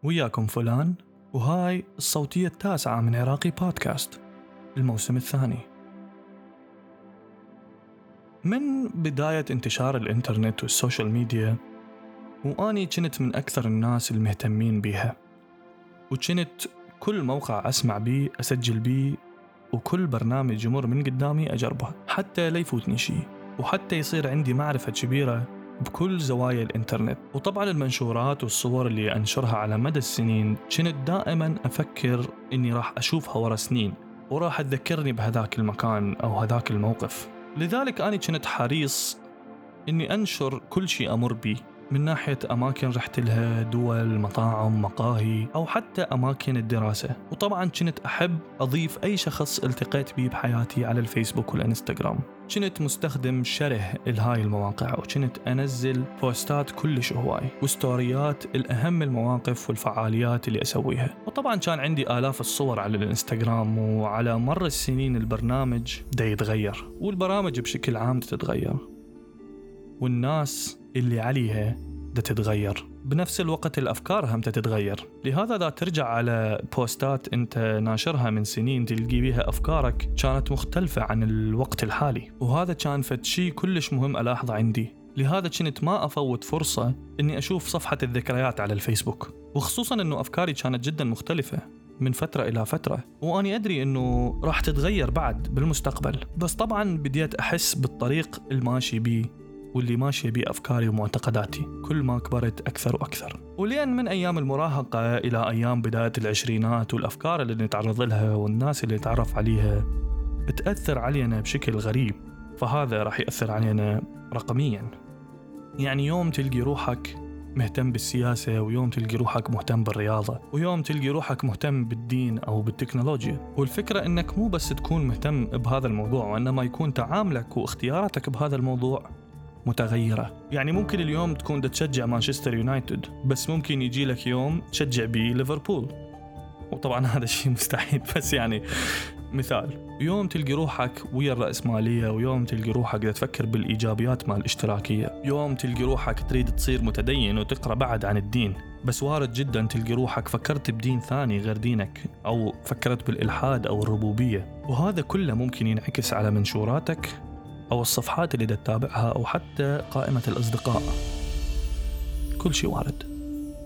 وياكم فلان، وهاي الصوتية التاسعة من عراقي بودكاست الموسم الثاني. من بداية انتشار الإنترنت والسوشيال ميديا وأني كنت من أكثر الناس المهتمين بيها، وكنت كل موقع أسمع بيه أسجل بيه، وكل برنامج يمر من قدامي أجربه حتى لا يفوتني شيء، وحتى يصير عندي معرفة كبيرة بكل زوايا الإنترنت. وطبعاً المنشورات والصور اللي أنشرها على مدى السنين كنت دائماً أفكر إني راح أشوفها ورا سنين وراح تذكرني بهذاك المكان أو هذاك الموقف. لذلك أنا كنت حريص إني أنشر كل شيء أمر بيه، من ناحية أماكن رحت لها، دول، مطاعم، مقاهي، أو حتى أماكن الدراسة. وطبعاً كنت أحب أضيف أي شخص التقيت بيه بحياتي على الفيسبوك والإنستغرام. كنت مستخدم شره لهاي المواقع، وكنت أنزل بوستات كلش هواي وستوريات الأهم المواقف والفعاليات اللي أسويها. وطبعاً كان عندي آلاف الصور على الإنستغرام، وعلى مر السنين البرنامج دا يتغير، والبرامج بشكل عام تتغير، والناس اللي عليها دا تتغير، بنفس الوقت الأفكار هم تتغير. لهذا دا ترجع على بوستات أنت ناشرها من سنين تلقي بيها أفكارك كانت مختلفة عن الوقت الحالي، وهذا كان فتشي كلش مهم ألاحظه عندي. لهذا كنت ما أفوت فرصة أني أشوف صفحة الذكريات على الفيسبوك، وخصوصاً أنه أفكاري كانت جداً مختلفة من فترة إلى فترة، وأني أدري أنه راح تتغير بعد بالمستقبل. بس طبعاً بديت أحس بالطريق الماشي بيه واللي ماشي بيه أفكاري ومعتقداتي كل ما كبرت أكثر وأكثر. ولين من أيام المراهقة إلى أيام بداية العشرينات، والأفكار اللي نتعرض لها والناس اللي نتعرف عليها بتأثر علينا بشكل غريب، فهذا راح يأثر علينا رقميا. يعني يوم تلقي روحك مهتم بالسياسة، ويوم تلقي روحك مهتم بالرياضة، ويوم تلقي روحك مهتم بالدين أو بالتكنولوجيا. والفكرة إنك مو بس تكون مهتم بهذا الموضوع، وإنما يكون تعاملك واختياراتك بهذا الموضوع متغيرة. يعني ممكن اليوم تكون تشجع مانشستر يونايتد، بس ممكن يجي لك يوم تشجع بيه ليفربول، وطبعا هذا الشيء مستحيل، بس يعني مثال. يوم تلقي روحك ويا الرأسمالية، ويوم تلقي روحك تفكر بالإيجابيات مع الاشتراكية، يوم تلقي روحك تريد تصير متدين وتقرأ بعد عن الدين، بس وارد جدا تلقي روحك فكرت بدين ثاني غير دينك، أو فكرت بالإلحاد أو الربوبية. وهذا كله ممكن ينعكس على منشوراتك أو الصفحات اللي تتابعها، أو حتى قائمة الأصدقاء. كل شيء وارد.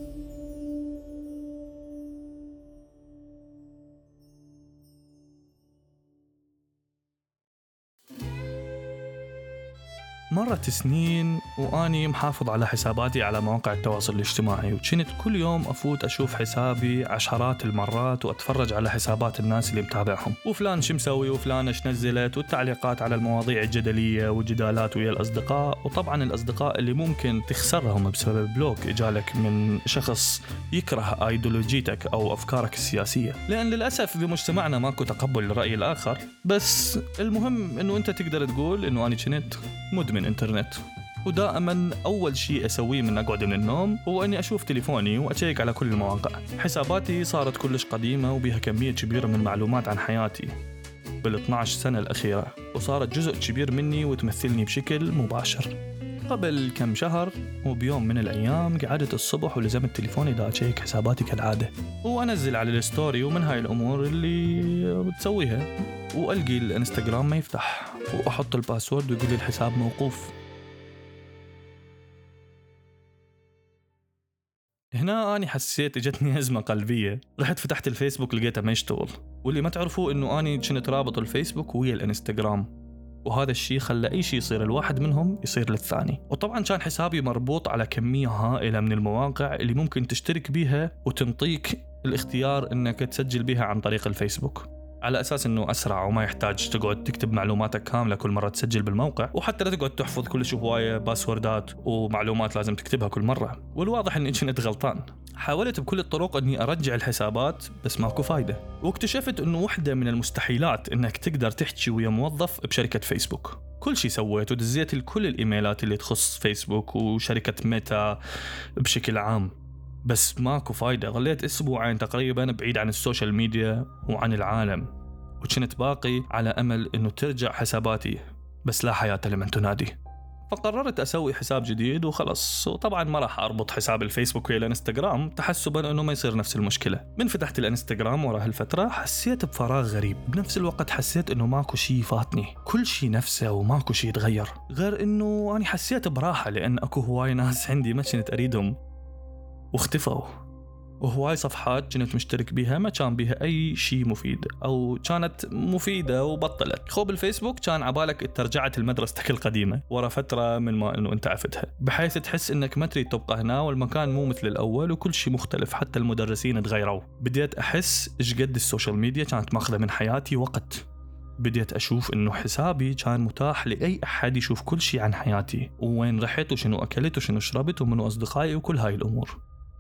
مرت سنين وأني محافظ على حساباتي على مواقع التواصل الاجتماعي، وكنت كل يوم أفوت أشوف حسابي عشرات المرات وأتفرج على حسابات الناس اللي متابعهم، وفلان شو مسوي وفلان ايش نزلت، والتعليقات على المواضيع الجدلية والجدالات ويا الأصدقاء. وطبعا الأصدقاء اللي ممكن تخسرهم بسبب بلوك إجالك من شخص يكره أيديولوجيتك أو أفكارك السياسية، لأن للأسف بمجتمعنا ماكو تقبل للرأي الآخر. بس المهم أنه أنت تقدر تقول أنه أنا كنت مدمن إنترنت، ودائما أول شيء أسويه من أقعد من النوم هو أني أشوف تليفوني وأشيك على كل المواقع. حساباتي صارت كلش قديمة وبها كمية كبيرة من معلومات عن حياتي بال12 سنة الأخيرة، وصارت جزء كبير مني وتمثلني بشكل مباشر. قبل كم شهر وبيوم من الأيام قعدت الصبح ولزمت تليفوني دا أشيك حساباتي كالعادة، وأنزل على الستوري ومن هاي الأمور اللي بتسويها، وألقي الانستغرام ما يفتح، وأحط الباسورد ويقول لي الحساب موقوف. هنا أنا حسيت اجتني أزمة قلبية. رحت فتحت الفيسبوك لقيته ما يشتغل، واللي ما تعرفوا إنه أنا كنت رابط الفيسبوك ويا الانستغرام، وهذا الشيء خلى أي شيء يصير الواحد منهم يصير للثاني. وطبعا كان حسابي مربوط على كمية هائلة من المواقع اللي ممكن تشترك بيها وتنطيك الاختيار إنك تسجل بيها عن طريق الفيسبوك، على أساس أنه أسرع وما يحتاج تقعد تكتب معلوماتك كاملة كل مرة تسجل بالموقع، وحتى لا تقعد تحفظ كل شيء هواية باسوردات ومعلومات لازم تكتبها كل مرة. والواضح أني كنت غلطان. حاولت بكل الطرق أني أرجع الحسابات بس ماكو فايدة، واكتشفت أنه واحدة من المستحيلات أنك تقدر تحكي ويا موظف بشركة فيسبوك. كل شيء سويت ودزيت لكل الإيميلات اللي تخص فيسبوك وشركة ميتا بشكل عام، بس ماكو فايدة. ظليت أسبوعين تقريبا بعيد عن السوشيال ميديا وعن العالم، وكنت باقي على أمل أنه ترجع حساباتي، بس لا حياة لمن تنادي. فقررت أسوي حساب جديد وخلص. وطبعا ما راح أربط حساب الفيسبوك والإنستغرام تحسبا أنه ما يصير نفس المشكلة. من فتحت الإنستغرام ورا هالفترة حسيت بفراغ غريب، بنفس الوقت حسيت أنه ماكو شيء فاتني، كل شيء نفسه وماكو شيء تغير، غير أنه أنا حسيت براحة لأن أكو هواي ناس عندي ما كنت أريدهم واختفوا، وهواي صفحات كنت مشترك بيها ما كان بيها أي شيء مفيد أو كانت مفيدة وبطلت. خوب الفيسبوك كان عبالك ترجعت لمدرستك القديمة ورا فترة من ما أنه أنت عفتها، بحيث تحس أنك ما تريد تبقى هنا والمكان مو مثل الأول وكل شيء مختلف، حتى المدرسين تغيروا. بديت أحس إيش قد السوشيال ميديا كانت ماخذة من حياتي وقت. بديت أشوف إنه حسابي كان متاح لأي أحد يشوف كل شيء عن حياتي، وين رحت وشنو أكلت وشنو شربت ومنو أصدقائي وكل هاي الأمور.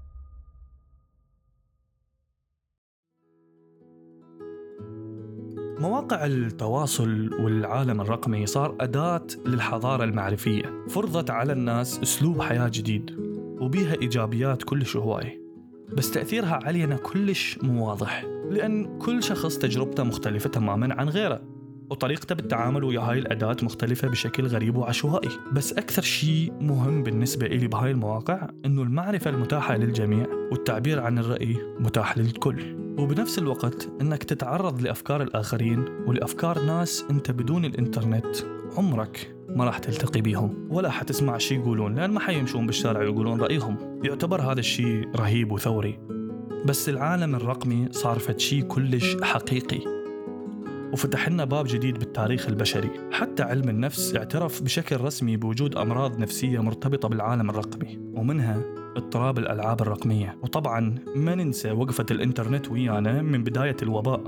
مواقع التواصل والعالم الرقمي صار أداة للحضارة المعرفية، فرضت على الناس أسلوب حياة جديد وبيها إيجابيات كلش هواي، بس تأثيرها علينا كلش مو واضح، لأن كل شخص تجربته مختلفة تماماً عن غيره، وطريقته بالتعامل ويا هاي الأداة مختلفة بشكل غريب وعشوائي. بس أكثر شيء مهم بالنسبة إلي بهاي المواقع إنه المعرفة المتاحة للجميع والتعبير عن الرأي متاح للكل، وبنفس الوقت إنك تتعرض لأفكار الآخرين ولأفكار ناس أنت بدون الإنترنت عمرك ما راح تلتقي بيهم ولا حتسمع شيء يقولون، لأن ما حيمشون بالشارع ويقولون رأيهم. يعتبر هذا الشيء رهيب وثوري. بس العالم الرقمي صار فد شيء كلش حقيقي وفتح لنا باب جديد بالتاريخ البشري. حتى علم النفس اعترف بشكل رسمي بوجود أمراض نفسية مرتبطة بالعالم الرقمي، ومنها اضطراب الألعاب الرقمية. وطبعا ما ننسى وقفة الإنترنت ويانا من بداية الوباء.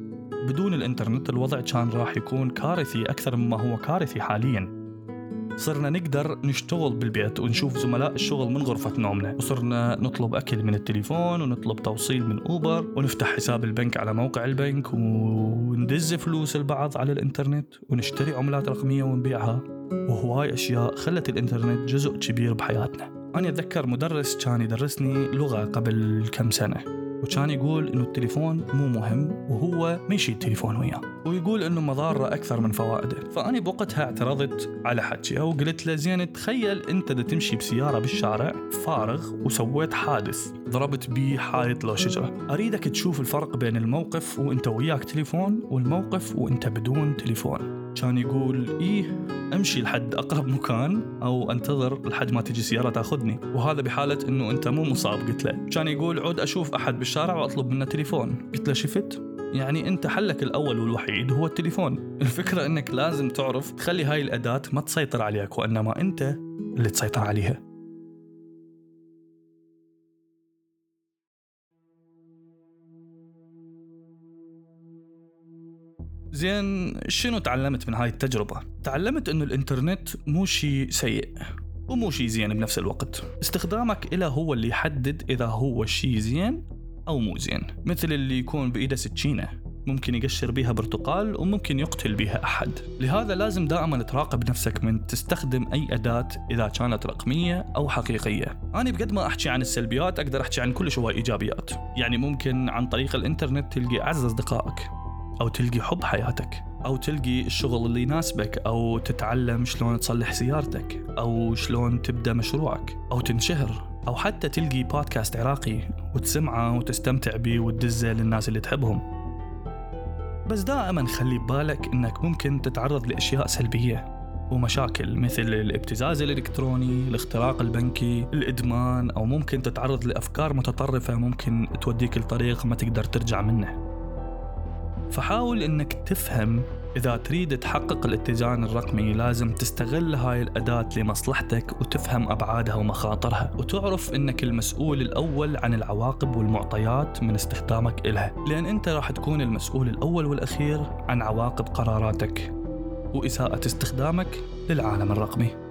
بدون الإنترنت الوضع كان راح يكون كارثي أكثر مما هو كارثي حالياً. صرنا نقدر نشتغل بالبيت ونشوف زملاء الشغل من غرفة نومنا، وصرنا نطلب أكل من التليفون ونطلب توصيل من أوبر، ونفتح حساب البنك على موقع البنك وندز فلوس البعض على الإنترنت، ونشتري عملات رقمية ونبيعها، وهواي أشياء خلت الإنترنت جزء كبير بحياتنا. أنا أتذكر مدرس كان يدرسني لغة قبل كم سنة، وكان يقول إنه التليفون مو مهم وهو ما يشيل التليفون وياه، ويقول إنه مضاره أكثر من فوائده. فأنا بوقتها اعترضت على حكيه وقلت له زين تخيل أنت دا تمشي بسيارة بالشارع فارغ وسويت حادث ضربت بيه حائط لو شجرة، أريدك تشوف الفرق بين الموقف وأنت وياك تليفون والموقف وأنت بدون تليفون. كان يقول إيه أمشي لحد أقرب مكان أو أنتظر لحد ما تجي سيارة تأخذني، وهذا بحالة إنه أنت مو مصاب. قلت له كان يقول عود أشوف أحد بالشارع وأطلب منه تليفون. قلت له شفت يعني أنت حلك الأول والوحيد هو التليفون. الفكرة إنك لازم تعرف تخلي هاي الأداة ما تسيطر عليك، وإنما أنت اللي تسيطر عليها. زين شنو تعلمت من هاي التجربة؟ تعلمت إنه الإنترنت مو شيء سيء ومو شيء زين بنفس الوقت. استخدامك إله هو اللي يحدد إذا هو شيء زين أو مو زين. مثل اللي يكون بإيده سكينة ممكن يقشر بيها برتقال وممكن يقتل بيها أحد. لهذا لازم دائما تراقب نفسك من تستخدم أي أداة إذا كانت رقمية أو حقيقية. أنا بقد ما أحكي عن السلبيات أقدر أحكي عن كل شوية إيجابيات. يعني ممكن عن طريق الإنترنت تلقي أعز أصدقائك، أو تلقي حب حياتك، أو تلقي الشغل اللي يناسبك، أو تتعلم شلون تصلح سيارتك، أو شلون تبدأ مشروعك، أو تنشهر، أو حتى تلقي بودكاست عراقي وتسمعه وتستمتع به وتدزه للناس اللي تحبهم. بس دائما خلي ببالك إنك ممكن تتعرض لأشياء سلبية ومشاكل مثل الابتزاز الإلكتروني، الاختراق البنكي، الإدمان، أو ممكن تتعرض لأفكار متطرفة ممكن توديك لطريق ما تقدر ترجع منه. فحاول إنك تفهم إذا تريد تحقق الاتزان الرقمي لازم تستغل هاي الأداة لمصلحتك وتفهم أبعادها ومخاطرها، وتعرف إنك المسؤول الأول عن العواقب والمعطيات من استخدامك إلها، لأن أنت راح تكون المسؤول الأول والأخير عن عواقب قراراتك وإساءة استخدامك للعالم الرقمي.